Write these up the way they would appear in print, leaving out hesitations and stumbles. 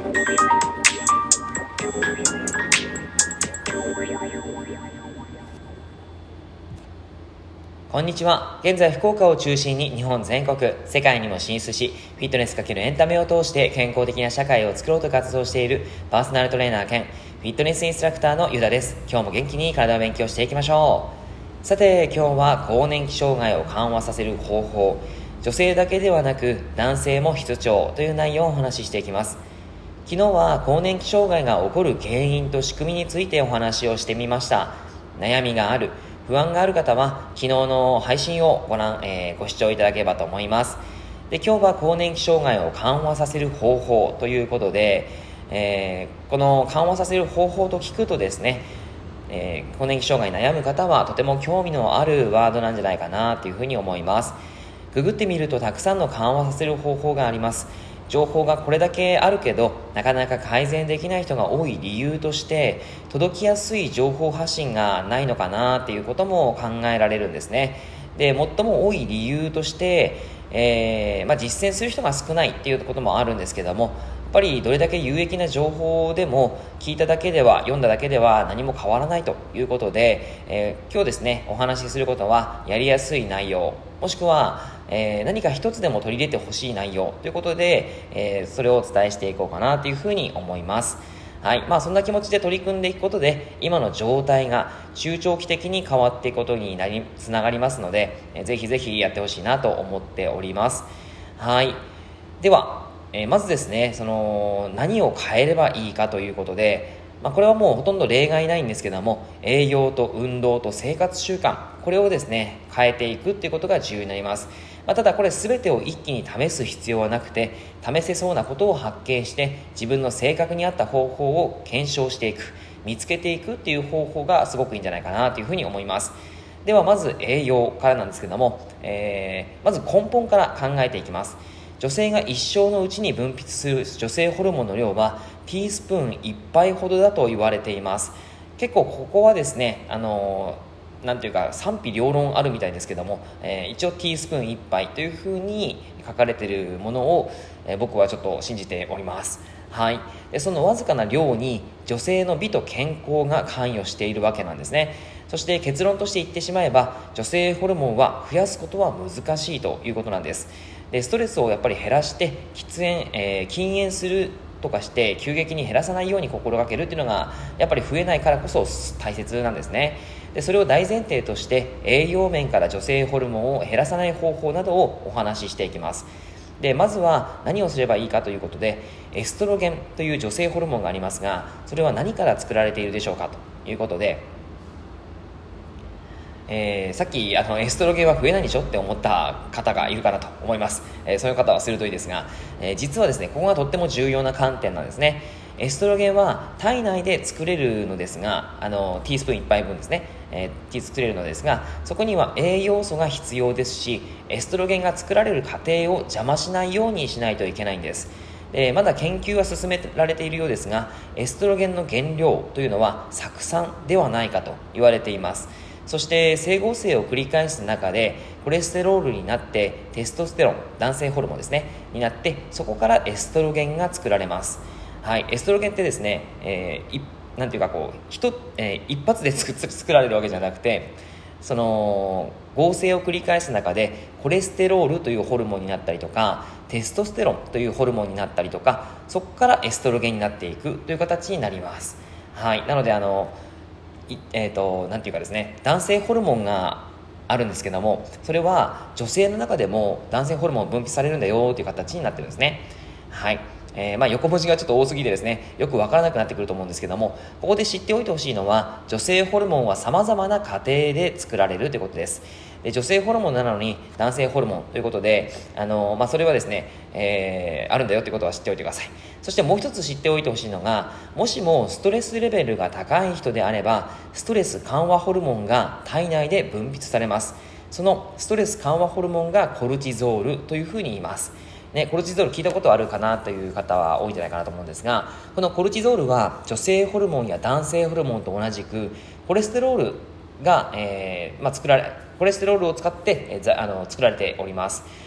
こんにちは。現在福岡を中心に日本全国、世界にも進出し、フィットネス×エンタメを通して健康的な社会を作ろうと活動しているパーソナルトレーナー兼フィットネスインストラクターのゆだです。今日も元気に体を勉強していきましょう。さて、今日は更年期障害を緩和させる方法、女性だけではなく男性も必聴という内容をお話ししていきます。昨日は更年期障害が起こる原因と仕組みについてお話をしてみました。悩みがある、不安がある方は昨日の配信をご視聴いただければと思います。で、今日は更年期障害を緩和させる方法ということで、この緩和させる方法と聞くとですね、更年期障害に悩む方はとても興味のあるワードなんじゃないかなというふうに思います。ググってみるとたくさんの緩和させる方法があります。情報がこれだけあるけどなかなか改善できない人が多い理由として、届きやすい情報発信がないのかなっていうことも考えられるんですね。で、最も多い理由として、実践する人が少ないっていうこともあるんですけども、やっぱりどれだけ有益な情報でも聞いただけでは、読んだだけでは何も変わらないということで、今日ですねお話しすることはやりやすい内容、もしくは何か一つでも取り入れてほしい内容ということで、それをお伝えしていこうかなというふうに思います。はい。そんな気持ちで取り組んでいくことで、今の状態が中長期的に変わっていくことにつながりますので、ぜひぜひやってほしいなと思っております。はい。では、まずですね、何を変えればいいかということで、これはもうほとんど例外ないんですけども、栄養と運動と生活習慣、これをですね変えていくっていうことが重要になります。ただこれ全てを一気に試す必要はなくて、試せそうなことを発見して自分の性格に合った方法を検証していく、見つけていくっていう方法がすごくいいんじゃないかなというふうに思います。ではまず栄養からなんですけども、まず根本から考えていきます。女性が一生のうちに分泌する女性ホルモンの量はティースプーン1杯ほどだと言われています。結構ここはですね、なんていうか賛否両論あるみたいですけども、一応ティースプーン1杯というふうに書かれているものを、僕はちょっと信じております。はい。で、そのわずかな量に女性の美と健康が関与しているわけなんですね。そして結論として言ってしまえば、女性ホルモンは増やすことは難しいということなんです。で、ストレスをやっぱり減らして禁煙するとかして急激に減らさないように心がけるっていうのがやっぱり増えないからこそ大切なんですね。で、それを大前提として栄養面から女性ホルモンを減らさない方法などをお話ししていきます。で、まずは何をすればいいかということで、エストロゲンという女性ホルモンがありますが、それは何から作られているでしょうかということで、さっきエストロゲンは増えないでしょって思った方がいるかなと思います。そういう方は鋭いですが、実はですねここがとっても重要な観点なんですね。エストロゲンは体内で作れるのですが、ティースプーン1杯分ですね、作れるのですが、そこには栄養素が必要ですし、エストロゲンが作られる過程を邪魔しないようにしないといけないんです。まだ研究は進められているようですが、エストロゲンの原料というのは酢酸ではないかと言われています。そして整合性を繰り返す中でコレステロールになってテストステロン、男性ホルモンですねになって、そこからエストロゲンが作られます。はい。エストロゲンってですね、なんていうか一発で作られるわけじゃなくて、その合成を繰り返す中でコレステロールというホルモンになったりとか、テストステロンというホルモンになったりとか、そこからエストロゲンになっていくという形になります。はい。なのでなんていうかですね、男性ホルモンがあるんですけども、それは女性の中でも男性ホルモン分泌されるんだよという形になってるんですね。はい。横文字がちょっと多すぎてですね、よくわからなくなってくると思うんですけども、ここで知っておいてほしいのは、女性ホルモンは様々な過程で作られるということです。で、女性ホルモンなのに男性ホルモンということで、それはですね、あるんだよということは知っておいてください。そしてもう一つ知っておいてほしいのが、もしもストレスレベルが高い人であれば、ストレス緩和ホルモンが体内で分泌されます。そのストレス緩和ホルモンがコルチゾールというふうに言います。コルチゾール聞いたことあるかなという方は多いんじゃないかなと思うんですが、このコルチゾールは女性ホルモンや男性ホルモンと同じくコレステロールが、コレステロールを使って、作られております。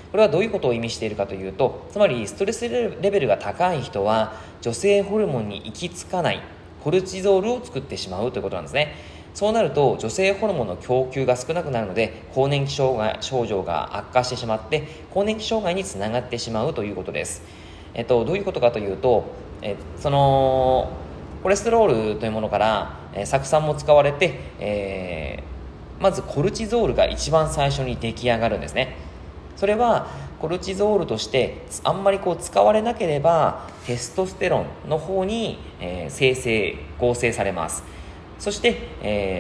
これはどういうことを意味しているかというと、つまりストレスレベルが高い人は女性ホルモンに行き着かないコルチゾールを作ってしまうということなんですね。そうなると女性ホルモンの供給が少なくなるので、更年期症状が悪化してしまって更年期障害につながってしまうということです。どういうことかというと、そのコレステロールというものから、酢酸も使われて、まずコルチゾールが一番最初に出来上がるんですね。それはコルチゾールとしてあんまり使われなければテストステロンの方に、合成されます。そして、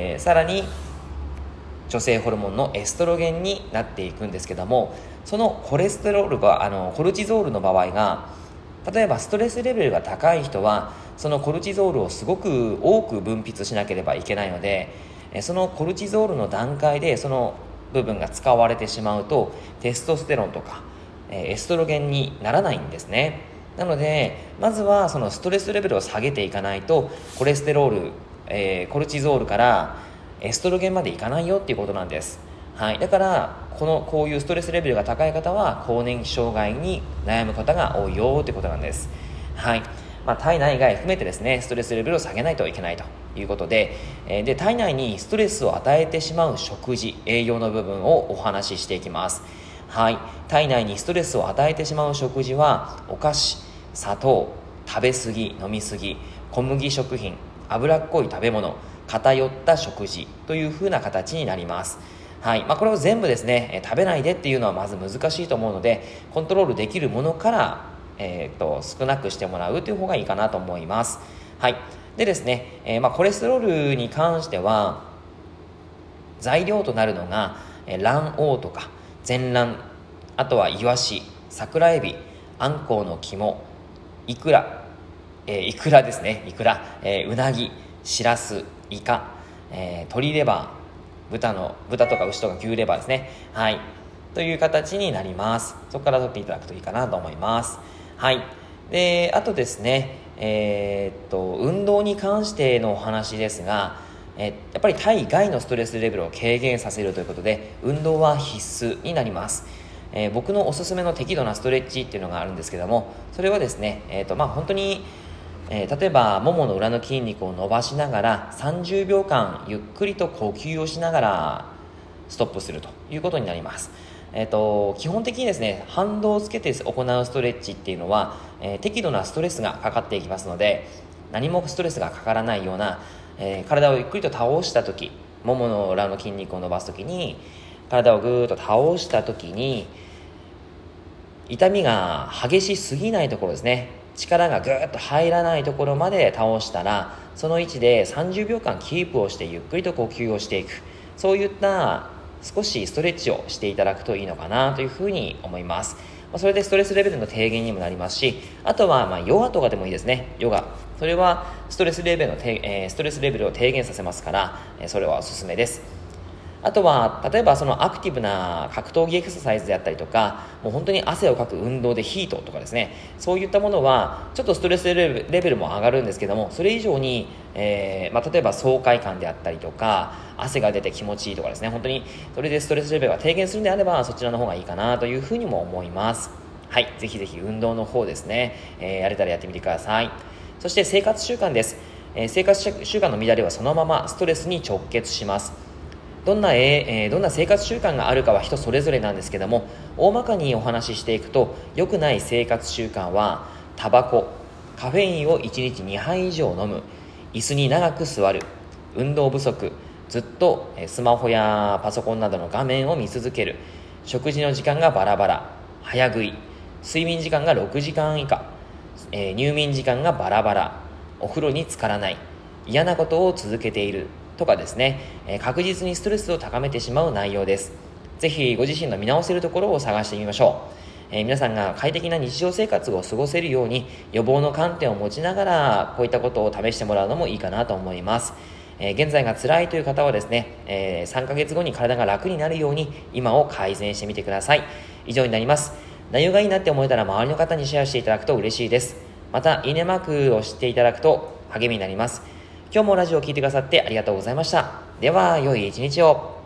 さらに女性ホルモンのエストロゲンになっていくんですけども、そのコレステロールがコルチゾールの場合が、例えばストレスレベルが高い人はそのコルチゾールをすごく多く分泌しなければいけないので、そのコルチゾールの段階でその部分が使われてしまうとテストステロンとかエストロゲンにならないんですね。なのでまずはそのストレスレベルを下げていかないとコレステロール、コルチゾールからエストロゲンまでいかないよっていうことなんです。はい、だからこういうストレスレベルが高い方は更年期障害に悩む方が多いよということなんです。はい、体内外含めてですね、ストレスレベルを下げないといけないということで、体内にストレスを与えてしまう食事、栄養の部分をお話ししていきます。はい、体内にストレスを与えてしまう食事はお菓子、砂糖、食べ過ぎ、飲み過ぎ、小麦食品、脂っこい食べ物、偏った食事というふうな形になります。はい、これを全部ですね、食べないでっていうのはまず難しいと思うので、コントロールできるものから、少なくしてもらうという方がいいかなと思います。はい、でですね、コレステロールに関しては材料となるのが、卵黄とか全卵、あとはイワシ、桜エビ、アンコウの肝、イクラですね、うなぎ、シラス、イカ、鶏レバー、豚とか牛とか牛レバーですね。はい、という形になります。そこから取っていただくといいかなと思います。はい、であとですね、運動に関してのお話ですが、やっぱり体外のストレスレベルを軽減させるということで運動は必須になります。僕のおすすめの適度なストレッチっていうのがあるんですけども、それはですね、本当に例えばももの裏の筋肉を伸ばしながら30秒間ゆっくりと呼吸をしながらストップするということになります。基本的にですね、反動をつけて行うストレッチっていうのは、適度なストレスがかかっていきますので、何もストレスがかからないような、体をゆっくりと倒した時、ももの裏の筋肉を伸ばす時に体をぐーっと倒した時に痛みが激しすぎないところですね、力がぐーっと入らないところまで倒したら、その位置で30秒間キープをしてゆっくりと呼吸をしていく、そういった少しストレッチをしていただくといいのかなというふうに思います。それでストレスレベルの低減にもなりますし、あとはヨガとかでもいいですね。ヨガ、それはストレスレベルを低減させますから、それはおすすめです。あとは例えばそのアクティブな格闘技エクササイズであったりとか、もう本当に汗をかく運動でヒートとかですね、そういったものはちょっとストレスレベルも上がるんですけども、それ以上に、例えば爽快感であったりとか汗が出て気持ちいいとかですね、本当にそれでストレスレベルが低減するのであればそちらの方がいいかなというふうにも思います。はい、ぜひぜひ運動の方ですね、やれたらやってみてください。そして生活習慣です。生活習慣の乱れはそのままストレスに直結します。どんな生活習慣があるかは人それぞれなんですけども、大まかにお話ししていくと、良くない生活習慣はタバコ、カフェインを1日2杯以上飲む、椅子に長く座る、運動不足、ずっとスマホやパソコンなどの画面を見続ける、食事の時間がバラバラ、早食い、睡眠時間が6時間以下、入眠時間がバラバラ、お風呂に浸からない、嫌なことを続けているとかですね、確実にストレスを高めてしまう内容です。ぜひご自身の見直せるところを探してみましょう。皆さんが快適な日常生活を過ごせるように予防の観点を持ちながらこういったことを試してもらうのもいいかなと思います。現在が辛いという方はですね、3ヶ月後に体が楽になるように今を改善してみてください。以上になります。内容がいいなって思えたら周りの方にシェアしていただくと嬉しいです。またいいねマークをしていただくと励みになります。今日もラジオを聞いてくださってありがとうございました。では良い一日を。